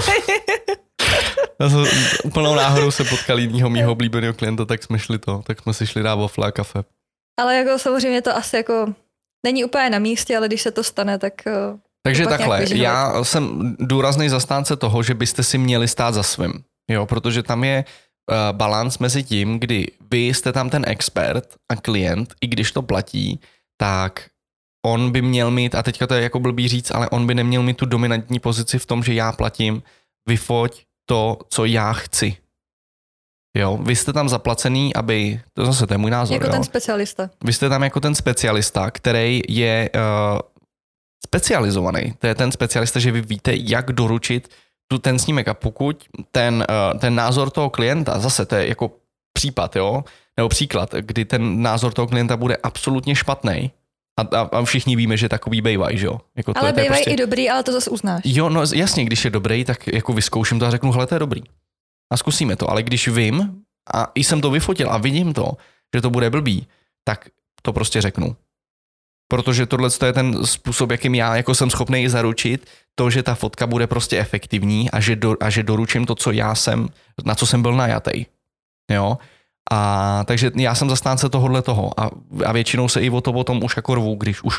S1: Úplnou náhodou se potkali jinýho mýho oblíbeného klienta, tak jsme si šli dát wafle a kafe.
S2: Ale jako samozřejmě to asi jako není úplně na místě, ale když se to stane, tak...
S1: Takže takhle, já jsem důrazný zastánce toho, že byste si měli stát za svým, jo, protože tam je balans mezi tím, kdy vy jste tam ten expert a klient, i když to platí, tak on by měl mít, a teďka to je jako blbý říct, ale on by neměl mít tu dominantní pozici v tom, že já platím, vyfoť to, co já chci. Jo, vy jste tam zaplacený, to je můj názor.
S2: Jako ten specialista.
S1: Vy jste tam jako ten specialista, který je specializovaný. To je ten specialista, že vy víte, jak doručit ten snímek a pokud ten názor toho klienta, zase to je jako případ, jo, nebo příklad, kdy ten názor toho klienta bude absolutně špatný a všichni víme, že takový bývají, že jo. Jako
S2: ale bývají prostě... i dobrý, ale to zase uznáš.
S1: Jo, no jasně, když je dobrý, tak jako vyzkouším to a řeknu, hele, to je dobrý. A zkusíme to, ale když vím a jsem to vyfotil a vidím to, že to bude blbý, tak to prostě řeknu. Protože tohle je ten způsob, jakým já jako jsem schopný zaručit to, že ta fotka bude prostě efektivní a že doručím to, na co jsem byl najatý. Jo? A takže já jsem zastánce tohohle toho a většinou se i o tom už jako rvu, když už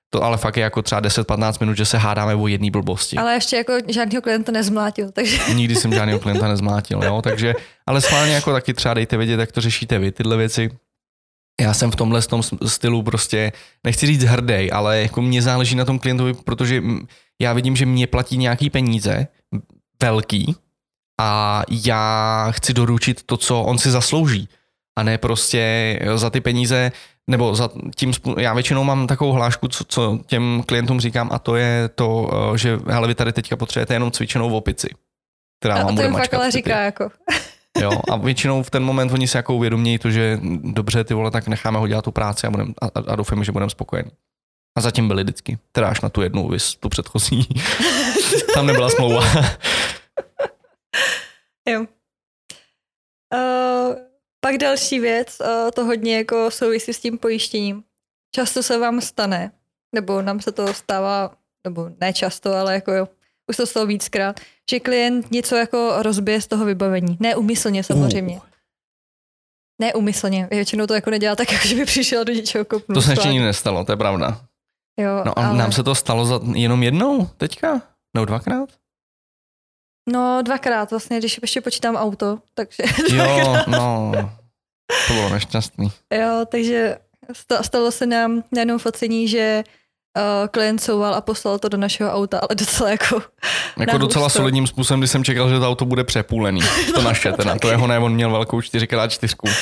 S1: To ale fakt je jako třeba 10-15 minut, že se hádáme o jedné blbosti.
S2: Ale ještě jako žádného klienta nezmlátil, takže...
S1: Nikdy jsem žádného klienta nezmlátil, jo, takže, ale schválně jako taky třeba dejte vědět, jak to řešíte vy, tyhle věci. Já jsem v tomhle stylu prostě, nechci říct hrdej, ale jako mě záleží na tom klientovi, protože já vidím, že mě platí nějaký peníze, velký, a já chci doručit to, co on si zaslouží. A ne prostě za ty peníze, nebo za tím, já většinou mám takovou hlášku, co těm klientům říkám, a to je to, že hele, vy tady teďka potřebujete jenom cvičenou opici, která vám bude mačkat. A to jim fakt
S2: říká jako.
S1: Jo, a většinou v ten moment oni se jako uvědomějí to, že dobře, ty vole, tak necháme ho dělat tu práci a doufáme, že budeme spokojení. A zatím byli vždycky. Teda až na tu jednu, tu předchozí. Tam nebyla smlouva.
S2: Jo. Pak další věc, to hodně jako souvisí s tím pojištěním. Často se vám stane, nebo nám se to stává, nebo ne často, ale jako jo, už to stalo víckrát, že klient něco jako rozbije z toho vybavení. Neúmyslně samozřejmě. Neúmyslně. Většinou to jako nedělá tak, jako že by přišel do něčeho kopnout.
S1: To se ještě nikdy nestalo, to je pravda.
S2: Jo,
S1: no a ale... nám se to stalo jenom jednou teďka? No 2krát?
S2: No 2krát vlastně, když ještě počítám auto, takže
S1: jo, no, to bylo nešťastný.
S2: Jo, takže stalo se nám na jednom focení, že klient souval a poslal to do našeho auta, ale docela jako
S1: docela solidním způsobem, když jsem čekal, že to auto bude přepůlený. To naše teda, to jeho ne, on měl velkou 4x4.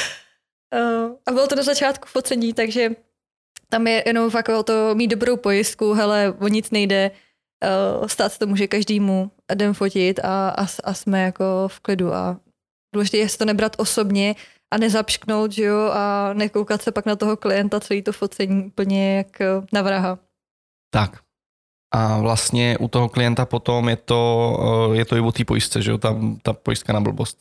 S2: A bylo to na začátku focení, takže tam je jenom fakt o to mít dobrou pojistku, hele, o nic nejde, stát se to může každému, jdem fotit a jsme jako v klidu a důležité je to nebrat osobně a nezapšknout, že jo, a nekoukat se pak na toho klienta celý to focení úplně jak na vraha.
S1: Tak. A vlastně u toho klienta potom je to i o té pojistce, že jo, ta pojistka na blbost.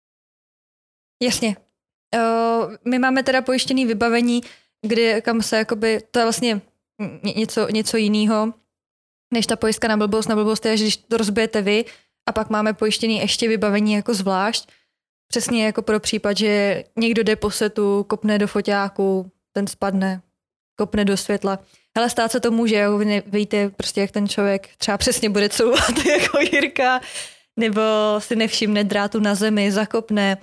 S2: Jasně. My máme teda pojištěný vybavení, kam se jakoby, to je vlastně něco jiného, než ta pojistka na blbost. Na blbost je, že když to rozbijete vy a pak máme pojištěný ještě vybavení jako zvlášť, přesně jako pro případ, že někdo jde po setu, kopne do foťáku, ten spadne, kopne do světla. Hele, stát se to může, jo, vy víte prostě, jak ten člověk třeba přesně bude couvat jako Jirka, nebo si nevšimne drátu na zemi, zakopne.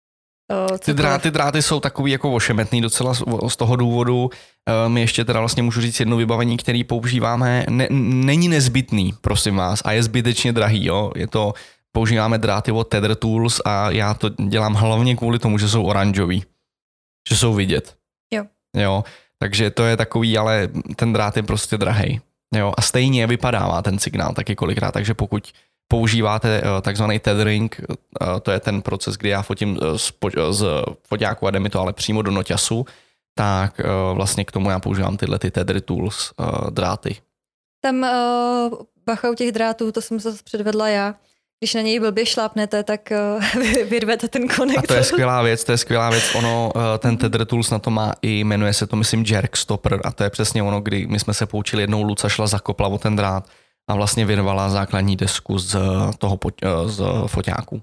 S1: Ty dráty jsou takový jako ošemetný docela z toho důvodu. My ještě teda vlastně můžu říct jedno vybavení, který používáme, není nezbytný, prosím vás, a je zbytečně drahý, jo. Používáme dráty od Tether Tools a já to dělám hlavně kvůli tomu, že jsou oranžový, že jsou vidět. Jo. Takže to je takový, ale ten drát je prostě drahej. Jo. A stejně vypadává ten signál taky kolikrát, takže pokud používáte takzvaný tethering, to je ten proces, kdy já fotím z foťáku a jde mi to ale přímo do noťasu, tak vlastně k tomu já používám tyhle ty Tether Tools dráty.
S2: Tam bacha u těch drátů, to jsem zase předvedla já. Když na něj blbě šlápnete, tak vyrvete ten konektor.
S1: A to je skvělá věc. Ono, ten Tether Tools na to má i, jmenuje se to, myslím, Jerk Stopper a to je přesně ono, kdy my jsme se poučili jednou, Luca šla, zakopla o ten drát a vlastně vyrvala základní desku z toho z foťáku.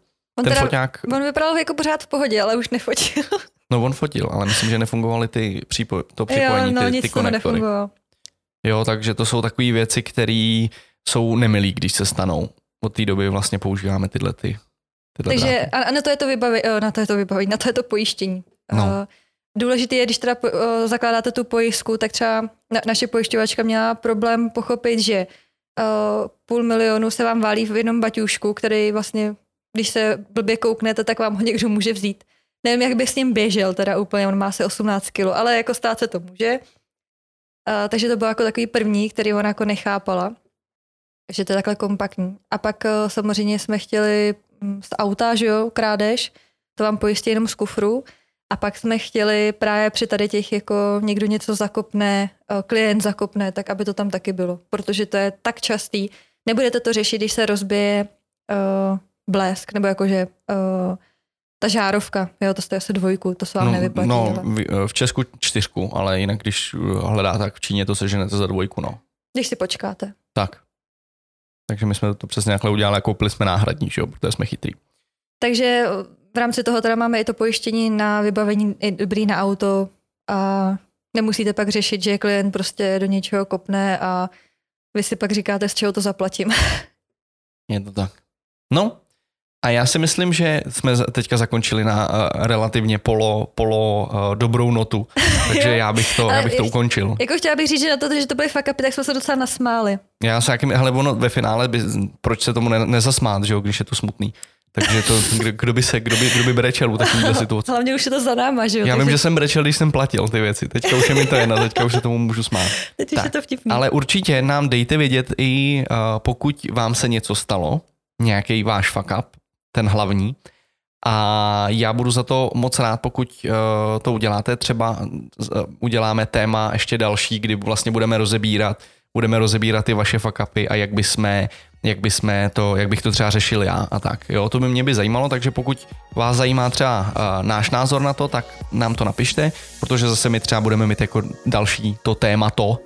S2: On vypadal jako pořád v pohodě, ale už nefotil.
S1: No on fotil, ale myslím, že nefungovaly to připojení, ty konektory. Jo, takže to jsou takové věci, které jsou nemilý, když se stanou. Od té doby vlastně používáme tyhle
S2: takže a na to je to vybavení, na to je to pojištění.
S1: No.
S2: Důležité je, když teda zakládáte tu pojistku, tak třeba naše pojišťovačka měla problém pochopit, že 500 000 se vám válí v jednom baťůžku, který vlastně, když se blbě kouknete, tak vám ho někdo může vzít. Nevím, jak by s ním běžel, teda úplně, on má asi 18 kg, ale jako stát se to může. Takže to bylo jako takový první, který ona jako nechápala, že to je takhle kompaktní. A pak samozřejmě jsme chtěli z auta, že jo, krádež, to vám pojistí jenom z kufru. A pak jsme chtěli právě při tady těch, jako někdo něco zakopne, klient zakopne, tak aby to tam taky bylo. Protože to je tak častý. Nebudete to řešit, když se rozbije blesk, nebo jakože ta žárovka, jo, to stojí asi 2, to se vám nevyplatí.
S1: No, v Česku 4, ale jinak když hledá, tak v Číně to seženete za 2, no.
S2: Když si počkáte.
S1: Tak. Takže my jsme to přesně takhle udělali a koupili jsme náhradní, že jo, protože jsme chytrý.
S2: Takže v rámci toho teda máme i to pojištění na vybavení dobrý na auto a Nemusíte pak řešit, že klient prostě do něčeho kopne a vy si pak říkáte, z čeho to zaplatím.
S1: Je to tak. No, a já si myslím, že jsme teďka zakončili na relativně polo dobrou notu, takže já bych to ukončil.
S2: Jako chtěla bych říct, že na to, že to byly fuck upy, tak jsme se docela nasmáli.
S1: Já se hele, ono ve finále, proč se tomu nezasmát, že jo, když je to smutný. Takže to, kdo by brečel u takovýhle situace.
S2: Hlavně už je to za náma, že jo.
S1: Já vím, že jsem brečel, když jsem platil ty věci. Teďka už je mi to jedno, teďka už se tomu můžu smát.
S2: Teď už je to vtipný.
S1: Ale určitě nám dejte vědět i pokud vám se něco stalo, nějaký váš fuck up, ten hlavní. A já budu za to moc rád, pokud to uděláte. Třeba uděláme téma ještě další, kdy vlastně budeme rozebírat ty vaše fuck upy a jak bych to třeba řešil já a tak. Jo, to by mě zajímalo, takže pokud vás zajímá třeba náš názor na to, tak nám to napište, protože zase my třeba budeme mít jako další téma, o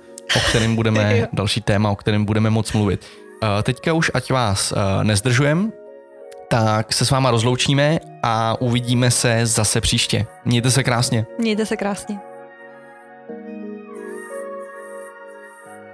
S1: kterém budeme moc mluvit. Teďka už, ať vás nezdržujem, tak se s váma rozloučíme a uvidíme se zase příště. Mějte se krásně.
S2: Mějte se krásně.